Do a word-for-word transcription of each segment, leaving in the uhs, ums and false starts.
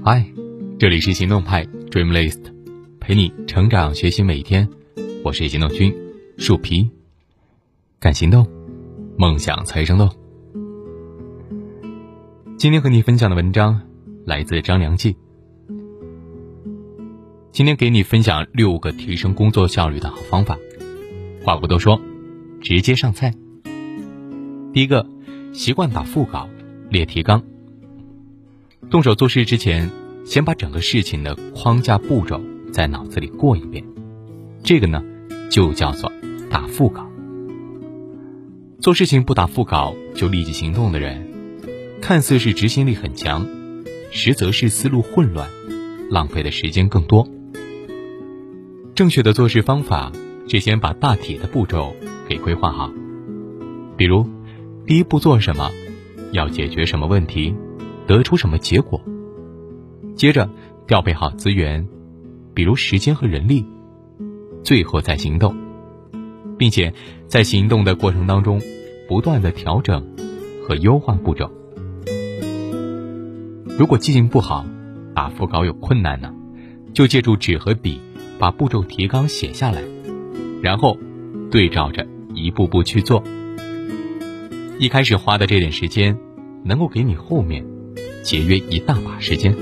嗨，这里是行动派 Dreamlist， 陪你成长学习每一天，我是行动君树皮，敢行动，梦想才生动。今天和你分享的文章来自张良记。今天给你分享六个提升工作效率的好方法。话不多说，直接上菜。第一个，习惯打腹稿，列提纲。动手做事之前，先把整个事情的框架步骤在脑子里过一遍，这个呢就叫做打腹稿。做事情不打腹稿就立即行动的人，看似是执行力很强，实则是思路混乱，浪费的时间更多。正确的做事方法是先把大体的步骤给规划好，比如第一步做什么，要解决什么问题，得出什么结果。接着调配好资源，比如时间和人力，最后再行动，并且在行动的过程当中不断的调整和优化步骤。如果记性不好，打腹稿有困难呢，就借助纸和笔把步骤提纲写下来，然后对照着一步步去做。一开始花的这点时间能够给你后面节约一大把时间。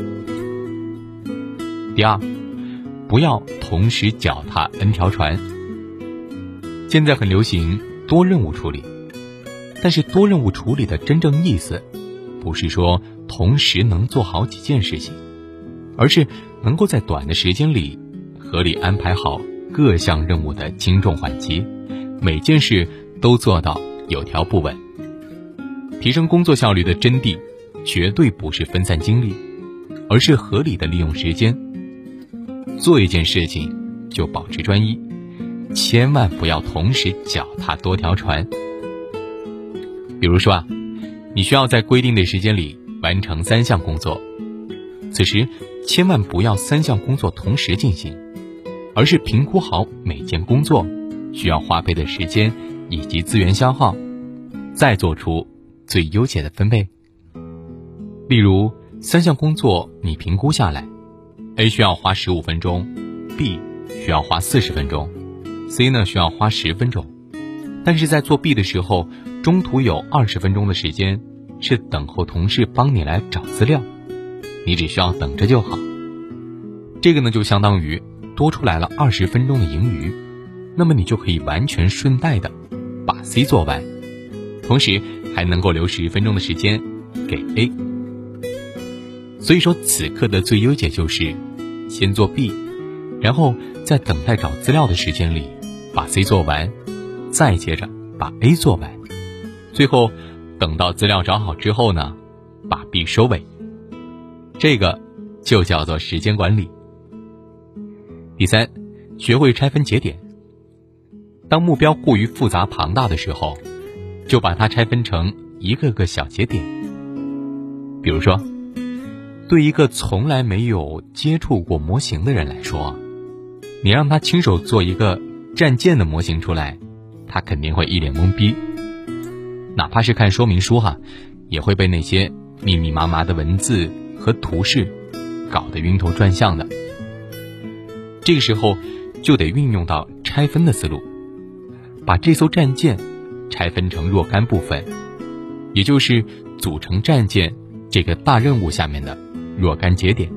第二，不要同时脚踏 N 条船。现在很流行多任务处理，但是多任务处理的真正意思不是说同时能做好几件事情，而是能够在短的时间里合理安排好各项任务的轻重缓急，每件事都做到有条不紊。提升工作效率的真谛绝对不是分散精力，而是合理的利用时间。做一件事情就保持专一，千万不要同时脚踏多条船。比如说啊，你需要在规定的时间里完成三项工作，此时千万不要三项工作同时进行，而是评估好每件工作需要花费的时间以及资源消耗，再做出最优解的分配。例如三项工作你评估下来， A 需要花十五分钟， B 需要花四十分钟， C 呢需要花十分钟。但是在做 B 的时候，中途有二十分钟的时间是等候同事帮你来找资料，你只需要等着就好。这个呢就相当于多出来了二十分钟的盈余，那么你就可以完全顺带的把 C 做完，同时还能够留十分钟的时间给 A。 所以说此刻的最优解就是先做 B， 然后在等待找资料的时间里把 C 做完，再接着把 A 做完，最后等到资料找好之后呢，把 B 收尾。这个就叫做时间管理。第三，学会拆分节点。当目标过于复杂庞大的时候，就把它拆分成一个个小节点。比如说，对一个从来没有接触过模型的人来说，你让他亲手做一个战舰的模型出来，他肯定会一脸懵逼，哪怕是看说明书哈，也会被那些密密麻麻的文字和图示搞得晕头转向的。这个时候就得运用到拆分的思路，把这艘战舰拆分成若干部分，也就是组成战舰这个大任务下面的若干节点。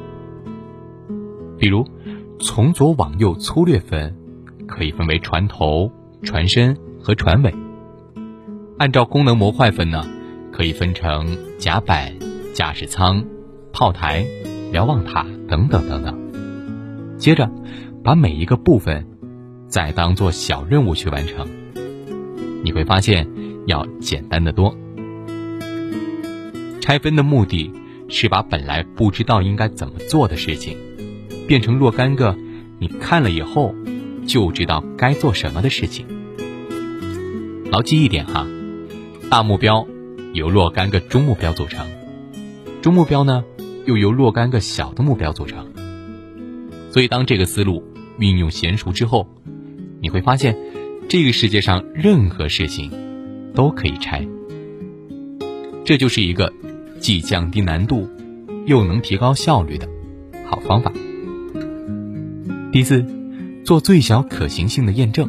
比如从左往右粗略分，可以分为船头、船身和船尾。按照功能模块分呢，可以分成甲板、驾驶舱、炮台、瞭望塔等等等等。接着把每一个部分再当作小任务去完成，你会发现要简单得多。拆分的目的是把本来不知道应该怎么做的事情变成若干个你看了以后就知道该做什么的事情。牢记一点哈，大目标由若干个中目标组成，中目标呢又由若干个小的目标组成。所以当这个思路运用娴熟之后，你会发现这个世界上任何事情都可以拆。这就是一个既降低难度又能提高效率的好方法。第四，做最小可行性的验证。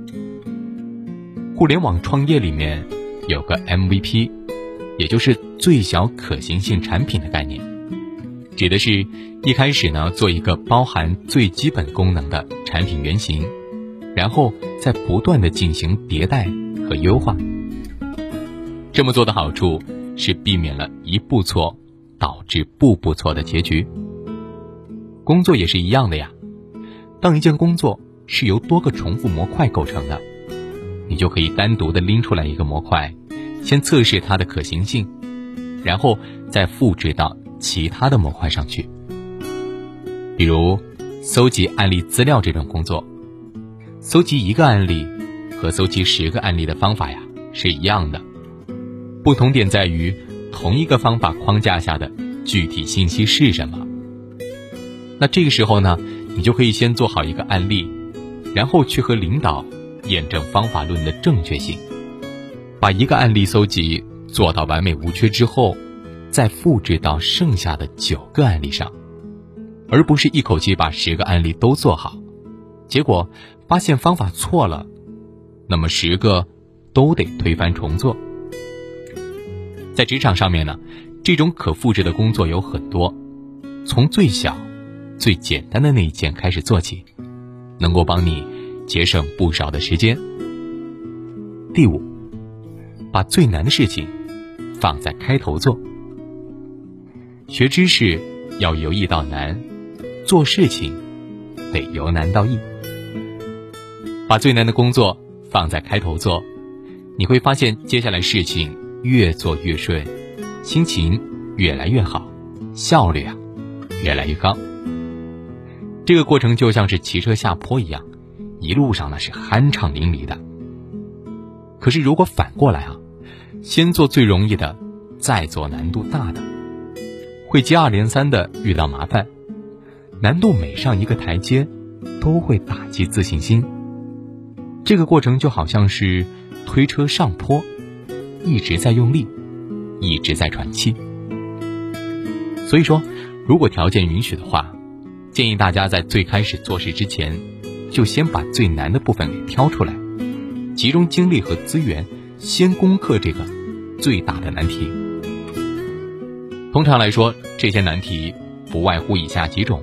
互联网创业里面有个 M V P， 也就是最小可行性产品的概念，指的是一开始呢做一个包含最基本功能的产品原型，然后再不断的进行迭代和优化。这么做的好处是避免了一步错导致步步错的结局。工作也是一样的呀，当一件工作是由多个重复模块构成的，你就可以单独的拎出来一个模块，先测试它的可行性，然后再复制到其他的模块上去。比如搜集案例资料这种工作，搜集一个案例和搜集十个案例的方法呀是一样的，不同点在于同一个方法框架下的具体信息是什么。那这个时候呢，你就可以先做好一个案例，然后去和领导验证方法论的正确性。把一个案例搜集做到完美无缺之后，再复制到剩下的九个案例上，而不是一口气把十个案例都做好，结果发现方法错了，那么十个都得推翻重做。在职场上面呢，这种可复制的工作有很多，从最小最简单的那一件开始做起，能够帮你节省不少的时间。第五，把最难的事情放在开头做。学知识要由易到难，做事情得由难到易。把最难的工作放在开头做，你会发现接下来事情越做越顺，心情越来越好，效率啊越来越高。这个过程就像是骑车下坡一样，一路上呢是酣畅淋漓的。可是如果反过来啊，先做最容易的，再做难度大的，会接二连三的遇到麻烦，难度每上一个台阶都会打击自信心。这个过程就好像是推车上坡，一直在用力，一直在喘气。所以说，如果条件允许的话，建议大家在最开始做事之前，就先把最难的部分给挑出来，集中精力和资源，先攻克这个最大的难题。通常来说，这些难题不外乎以下几种。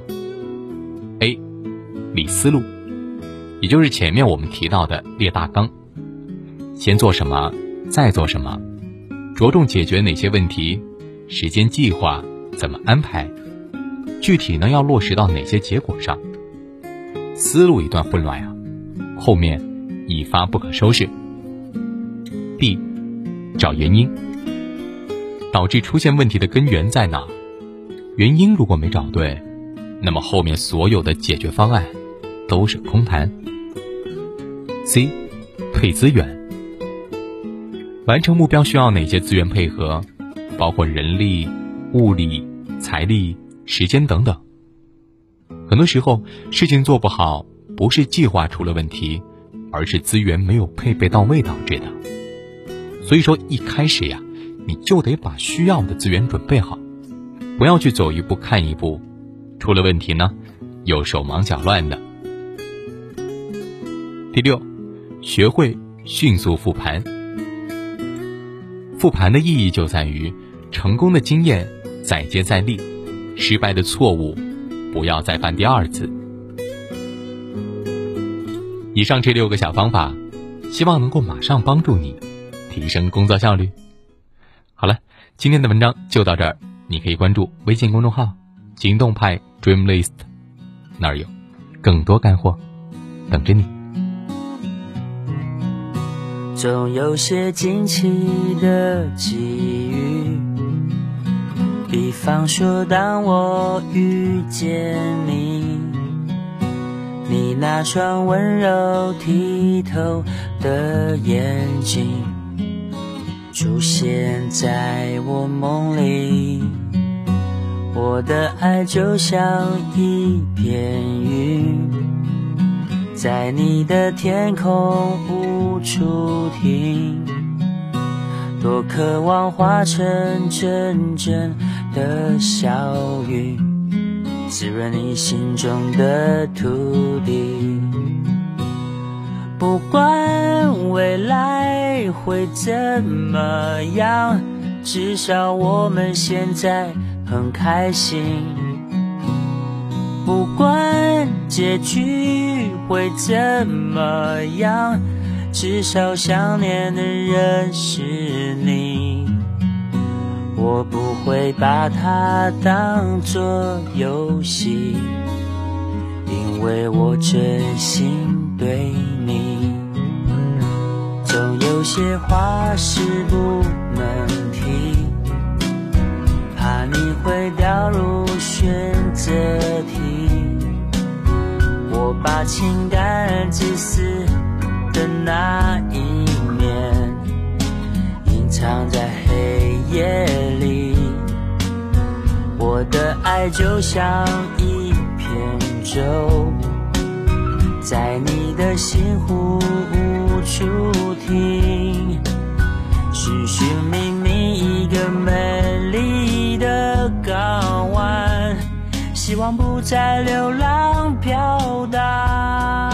A. 理思路，也就是前面我们提到的列大纲，先做什么，再做什么，着重解决哪些问题，时间计划怎么安排，具体呢要落实到哪些结果上。思路一段混乱呀，后面一发不可收拾。 B. 找原因，导致出现问题的根源在哪？原因如果没找对，那么后面所有的解决方案都是空谈。 C. 配资源，完成目标需要哪些资源配合，包括人力、物力、财力、时间等等。很多时候事情做不好，不是计划出了问题，而是资源没有配备到位导致的。所以说一开始呀，你就得把需要的资源准备好，不要去走一步看一步，出了问题呢又手忙脚乱的。第六，学会迅速复盘。复盘的意义就在于成功的经验再接再厉，失败的错误不要再犯第二次。以上这六个小方法，希望能够马上帮助你提升工作效率。好了，今天的文章就到这儿，你可以关注微信公众号行动派 Dreamlist， 那儿有更多干货等着你。 总有些惊奇的际遇，比方说当我遇见你，你那双温柔剔透的眼睛出现在我梦里，我的爱就像一片云，在你的天空无处停，多渴望化成真正的小雨，滋润你心中的土地。不管未来会怎么样，至少我们现在很开心。不管结局会怎么样，至少想念的人是你。我不会把它当作游戏，因为我真心对你。总有些话是不能提，怕你会掉入选择题。我把情感自私的那一面隐藏在黑夜里，我的爱就像一片舟，在你的心湖无处停，寻寻觅觅一个美丽的港湾，希望不再流浪飘荡。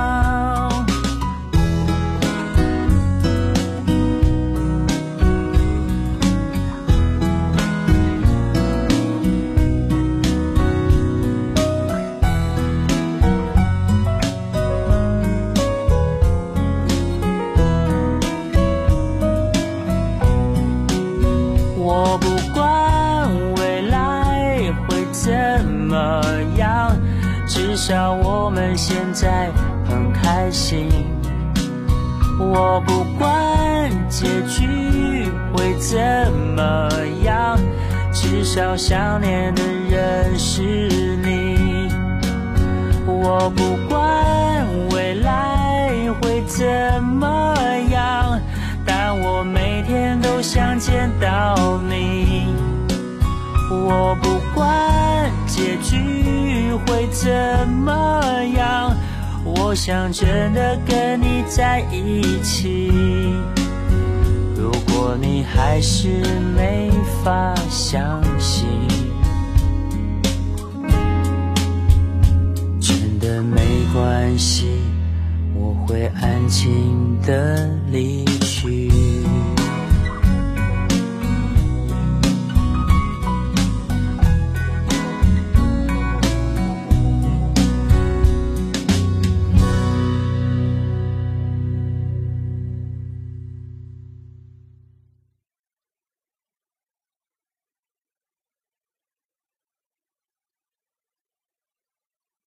我不管未来会怎么样，至少我们现在很开心。我不管结局会怎么样，至少想念的人是你。我不管未来会怎么样，但我每天都想见到你。我不管结局会怎么样，我想真的跟你在一起。如果你还是没法相信，真的没关系，我会安静地离去。